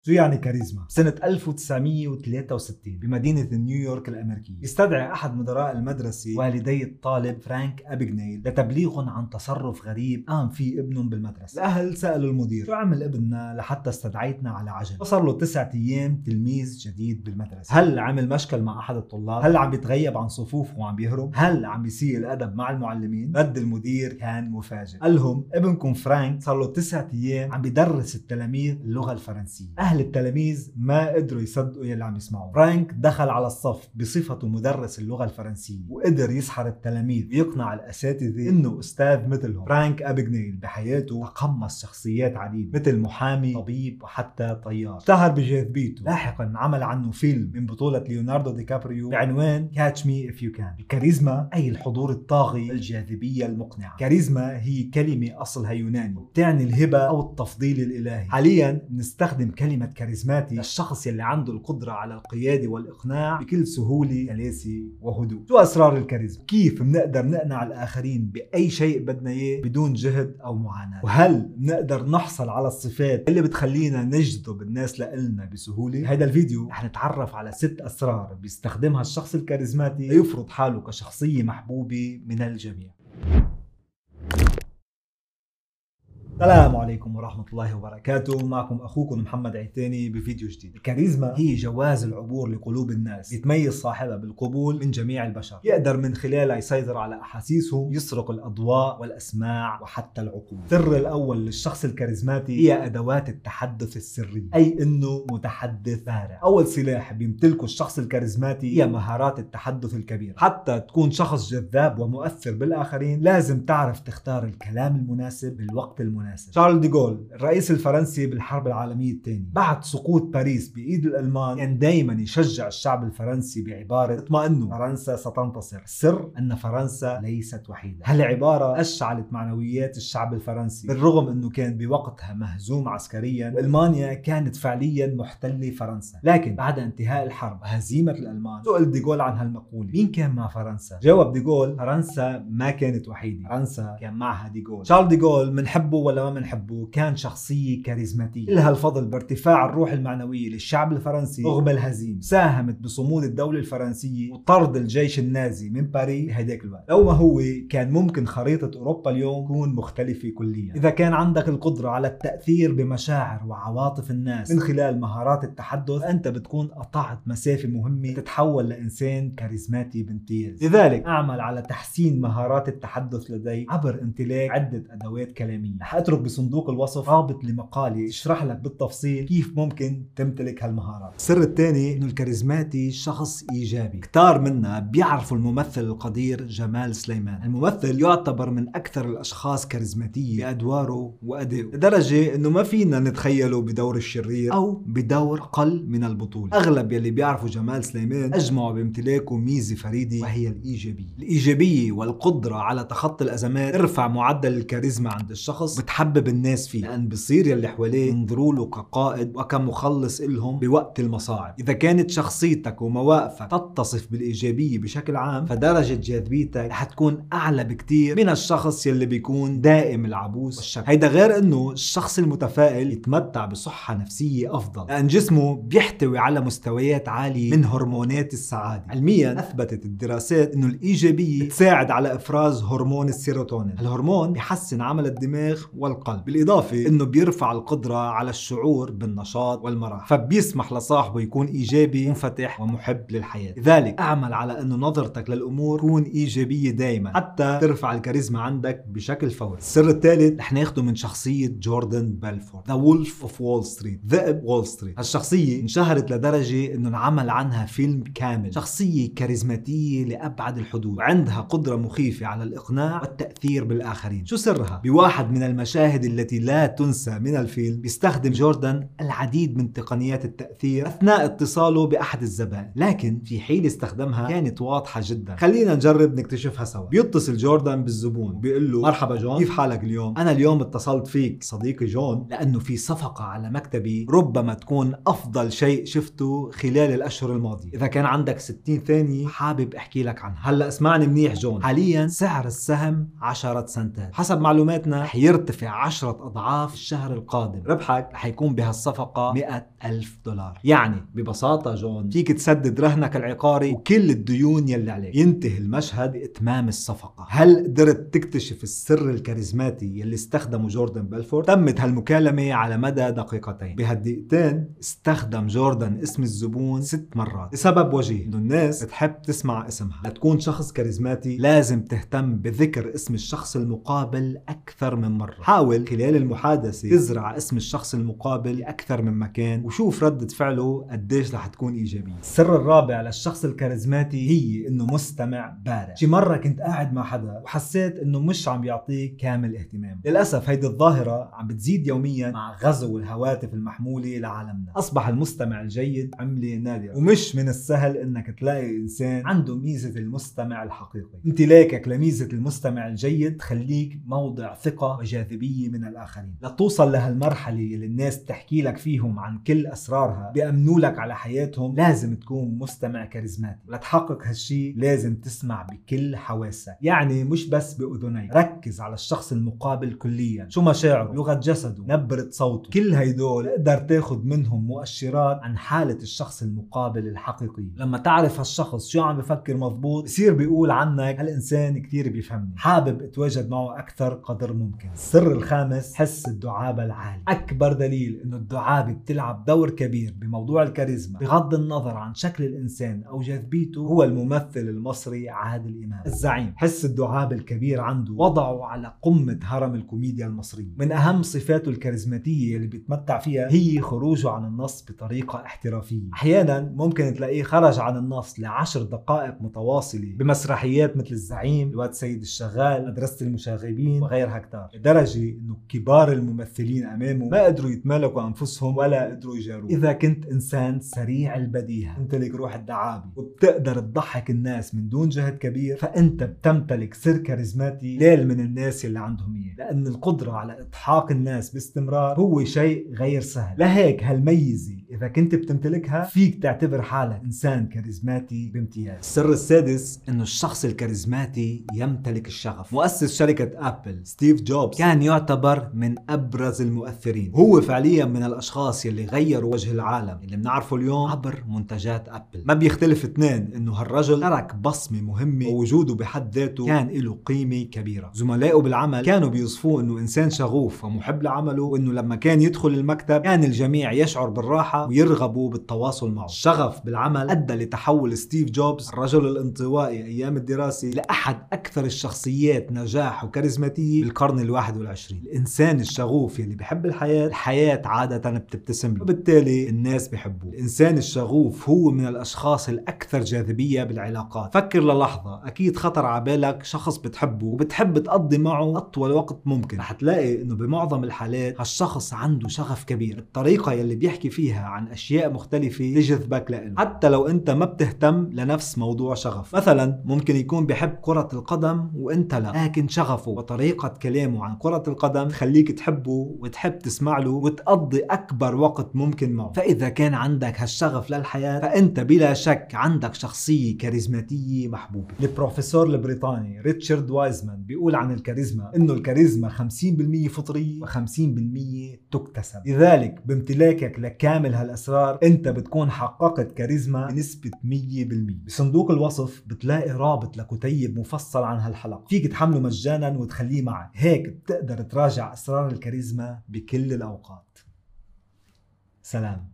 شو يعني كاريزما؟ سنة 1963 بمدينة نيويورك الأمريكية يستدعي أحد مدراء المدرسة والدي الطالب فرانك أبيغنيل لتبليغهم عن تصرف غريب قام فيه ابنهم بالمدرسة. الأهل سألوا المدير شو عمل ابننا لحتى استدعيتنا على عجل؟ وصار له 9 أيام تلميذ جديد بالمدرسة. هل عمل مشكل مع أحد الطلاب؟ هل عم بيتغيب عن صفوفه وعم بيهرب؟ هل عم بيسيء الأدب مع المعلمين؟ رد المدير كان مفاجئ، قال لهم ابنكم فرانك صار له 9 أيام عم بيدرس التلاميذ اللغة الفرنسية. أهل التلاميذ ما قدروا يصدقوا يلي عم يسمعوه. فرانك دخل على الصف بصفته مدرس اللغة الفرنسية وقدر يسحر التلاميذ ويقنع الأساتذة إنه أستاذ مثلهم. فرانك أبيغنيل بحياته تقمص شخصيات عديدة مثل محامي، طبيب، وحتى طيار. اشتهر بجاذبيته. لاحقا عمل عنه فيلم من بطولة ليوناردو دي كابريو بعنوان كاتش مي إف يو كان. الكاريزما أي الحضور الطاغي، الجاذبية المقنعة. كاريزما هي كلمة أصلها يوناني بتعني الهبة أو التفضيل الإلهي. حاليا نستخدم كلمة كاريزماتي للشخص يلي عنده القدرة على القيادة والإقناع بكل سهولة، سلاسة وهدوء. شو أسرار الكاريزما؟ كيف بنقدر نقنع الآخرين بأي شيء بدنا إياه بدون جهد أو معاناة؟ وهل بنقدر نحصل على الصفات اللي بتخلينا نجذب الناس لإلنا بسهولة؟ بهذا الفيديو رح نتعرف على 6 أسرار بيستخدمها الشخص الكاريزماتي ليفرض حاله كشخصية محبوبة من الجميع. السلام عليكم ورحمة الله وبركاته، معكم أخوكم محمد عيتاني بفيديو جديد. الكاريزما هي جواز العبور لقلوب الناس، يتميز صاحبها بالقبول من جميع البشر، يقدر من خلالها يسيطر على أحاسيسهم، يسرق الأضواء والأسماع وحتى العقول. السر الأول للشخص الكاريزماتي هي أدوات التحدث السري، أي إنه متحدث بارع. أول سلاح بيمتلكه الشخص الكاريزماتي هي مهارات التحدث الكبيرة. حتى تكون شخص جذاب ومؤثر بالآخرين لازم تعرف تختار الكلام المناسب بالوقت المناسب. شارل دي جول الرئيس الفرنسي بالحرب العالمية الثانية بعد سقوط باريس بإيد الألمان كان دايما يشجع الشعب الفرنسي بعبارة اطمئنوا فرنسا ستنتصر، السر أن فرنسا ليست وحيدة. هالعبارة أشعلت معنويات الشعب الفرنسي بالرغم أنه كان بوقتها مهزوم عسكريا وألمانيا كانت فعليا محتلة فرنسا. لكن بعد انتهاء الحرب وهزيمة الألمان سئل دي جول عن هالمقولة، مين كان مع فرنسا؟ جاوب دي جول فرنسا ما كانت وحيدة، فرنسا كان معها دي جول. شارل دي جول منحبه ولا ما منحبه كان شخصية كاريزماتية لها الفضل بارتفاع الروح المعنوية للشعب الفرنسي رغم الهزيمة. ساهمت بصمود الدولة الفرنسية وطرد الجيش النازي من باريس بهداك الوقت. لو ما هو كان ممكن خريطة أوروبا اليوم تكون مختلفة كليا. إذا كان عندك القدرة على التأثير بمشاعر وعواطف الناس من خلال مهارات التحدث أنت بتكون قطعت مسافة مهمة تتحول لإنسان كاريزماتي بامتياز. لذلك أعمل على تحسين مهارات التحدث لديك عبر امتلاك عدة أدوات كلامية. رح أترك بصندوق الوصف رابط لمقالي تشرح لك بالتفصيل كيف ممكن تمتلك هالمهارات. السر الثاني انه الكاريزماتي شخص ايجابي. كتار منا بيعرفوا الممثل القدير جمال سليمان. الممثل يعتبر من اكثر الاشخاص كاريزماتية بادواره وادائه لدرجة انه ما فينا نتخيله بدور الشرير او بدور اقل من البطولة. اغلب يلي بيعرفوا جمال سليمان اجمعوا بامتلاكه ميزة فريدة وهي الايجابية. الايجابية والقدرة على تخطي الازمات ترفع معدل الكاريزما عند الشخص، بتحبب الناس فيه لأن بصير يلي حواليه ينظروا له كقائد وكمخلص إلهم بوقت المصاعب. إذا كانت شخصيتك ومواقفك تتصف بالإيجابية بشكل عام فدرجة جاذبيتك رح تكون أعلى بكتير من الشخص يلي بيكون دائم العبوس والشك. هيدا غير إنه الشخص المتفائل يتمتع بصحة نفسية أفضل لأن جسمه بيحتوي على مستويات عالية من هرمونات السعادة. علميا أثبتت الدراسات إنه الإيجابية بتساعد على إفراز هرمون السيروتونين. الهرمون بيحسن عمل الدماغ والقلب، بالإضافة إنه بيرفع القدرة على الشعور بالنشاط والمرح، فبيسمح لصاحبه يكون إيجابي منفتح ومحب للحياة. لذلك أعمل على إنه نظرتك للأمور تكون إيجابية دايما حتى ترفع الكاريزما عندك بشكل فوري. السر الثالث رح ناخده من شخصية جوردن بيلفورد، ذا وولف اوف وول ستريت، ذئب وول ستريت. هالشخصية انشهرت لدرجة إنه انعمل عنها فيلم كامل. شخصية كاريزماتية لأبعد الحدود وعندها قدرة مخيفة على الإقناع والتأثير بالآخرين. شو سرها؟ بواحد من المشاهد التي لا تنسى من الفيلم بيستخدم جوردن العديد من تقنيات التأثير أثناء اتصاله بأحد الزبائن، لكن في حيلة استخدمها كانت واضحة جدا. خلينا نجرب نكتشفها سوا. بيتصل جوردن بالزبون بيقول له مرحبا جون، كيف حالك اليوم؟ أنا اليوم اتصلت فيك صديقي جون لأنه في صفقة على مكتبي ربما تكون أفضل شيء شفته خلال الأشهر الماضية. إذا كان عندك 60 ثانية حابب أحكي لك عنها. هلأ اسمعني منيح جون، حاليا سعر السهم 10 سنتات، حسب معلوماتنا رح يرتفع تدفع 10 أضعاف الشهر القادم. ربحك رح يكون بهالصفقة $100,000. يعني ببساطة جون فيك تسدد رهنك العقاري وكل الديون يلي عليك. ينتهي المشهد بإتمام الصفقة. هل قدرت تكتشف السر الكاريزماتي يلي استخدمه جوردن بيلفورت؟ تمت هالمكالمة على مدى دقيقتين. بهالدقيقتين استخدم جوردن اسم الزبون 6 مرات لسبب وجيه، انه الناس بتحب تسمع اسمها. لتكون شخص كاريزماتي لازم تهتم بذكر اسم الشخص المقابل أكثر من مرة. حاول خلال المحادثة تزرع اسم الشخص المقابل أكثر من مكان وشوف ردة فعله قديش رح تكون إيجابية. السر الرابع للشخص الكاريزماتي هي إنه مستمع بارع. شي مرة كنت قاعد مع حدا وحسيت إنه مش عم يعطيك كامل اهتمام. للأسف هيدي الظاهرة عم بتزيد يوميا مع غزو الهواتف المحمولة لعالمنا. أصبح المستمع الجيد عملة نادرة، ومش من السهل إنك تلاقي إنسان عنده ميزة المستمع الحقيقي. امتلاكك لميزة المستمع الجيد تخليك موضع ثقة وجاذبية من الآخرين. لتوصل لهالمرحلة اللي الناس تحكي لك فيهم عن كل أسرارها، بيأمنوا لك على حياتهم، لازم تكون مستمع كاريزماتي. لتحقق هالشي لازم تسمع بكل حواسك، يعني مش بس بأذنيك. ركز على الشخص المقابل كليا، شو مشاعره، لغة جسده، نبرة صوته. كل هيدول تقدر تاخد منهم مؤشرات عن حالة الشخص المقابل الحقيقي. لما تعرف هالشخص شو عم بفكر مضبوط، بصير بيقول عنك هالإنسان كتير بيفهمني، حابب اتواجد معه أكثر قدر ممكن. السر الخامس، حس الدعابة العالي. أكبر دليل إنه الدعابة بتلعب دور كبير بموضوع الكاريزما بغض النظر عن شكل الإنسان أو جاذبيته هو الممثل المصري عادل إمام. الزعيم حس الدعابة الكبير عنده وضعه على قمة هرم الكوميديا المصرية. من أهم صفاته الكاريزماتية اللي بيتمتع فيها هي خروجه عن النص بطريقة احترافية. أحيانا ممكن تلاقيه خرج عن النص ل10 دقائق متواصلة بمسرحيات مثل الزعيم، الواد سيد الشغال، مدرسة المشاغبين وغيرها كتار، لدرجة انه كبار الممثلين امامه ما قدروا يتمالكوا انفسهم ولا قدروا يجاروه. اذا كنت انسان سريع البديهة، تمتلك روح الدعابة، وبتقدر تضحك الناس من دون جهد كبير، فانت بتمتلك سر كاريزماتي قليل من الناس اللي عندهم اياه. لان القدرة على اضحاك الناس باستمرار هو شيء غير سهل. لهيك هالميزة اذا كنت بتمتلكها فيك تعتبر حالك انسان كاريزماتي بامتياز. السر السادس انه الشخص الكاريزماتي يمتلك الشغف. مؤسس شركة ابل ستيف جوبز كان يعتبر من ابرز المؤثرين. هو فعليا من الاشخاص يلي غيروا وجه العالم اللي بنعرفه اليوم عبر منتجات ابل. ما بيختلف اثنين انه هالرجل ترك بصمة مهمة، ووجوده بحد ذاته كان له قيمة كبيرة. زملائه بالعمل كانوا بيوصفوه انه انسان شغوف ومحب لعمله، وانه لما كان يدخل المكتب كان الجميع يشعر بالراحة ويرغبوا بالتواصل معه. الشغف بالعمل ادى لتحول ستيف جوبز الرجل الانطوائي ايام الدراسة لاحد اكثر الشخصيات نجاح وكاريزماتية بالقرن ال21. الانسان الشغوف يلي بحب الحياة عادة بتبتسم له، وبالتالي الناس بحبوه. الانسان الشغوف هو من الاشخاص الاكثر جاذبية بالعلاقات. فكر للحظة، اكيد خطر على بالك شخص بتحبه وبتحب تقضي معه اطول وقت ممكن. رح تلاقي انه بمعظم الحالات هالشخص عنده شغف كبير. الطريقة يلي بيحكي فيها عن اشياء مختلفة تجذبك له، حتى لو انت ما بتهتم لنفس موضوع شغف. مثلا ممكن يكون بحب كرة القدم وانت لا، لكن شغفه وطريقة كلامه عن كرة القدم تخليك تحبه وتحب تسمع له وتقضي اكبر وقت ممكن معه. فاذا كان عندك هالشغف للحياة فانت بلا شك عندك شخصية كاريزماتية محبوبة. البروفيسور البريطاني ريتشارد وايزمان بيقول عن الكاريزما انه الكاريزما 50% فطرية و50% تكتسب. لذلك بامتلاكك لكامل هالاسرار انت بتكون حققت كاريزما بنسبة 100%. بصندوق الوصف بتلاقي رابط لكتيب مفصل عن هالحلقة، فيك تحمله مجانا وتخليه معك، هيك بتقدر تراجع اسرار الكاريزما بكل الاوقات. سلام.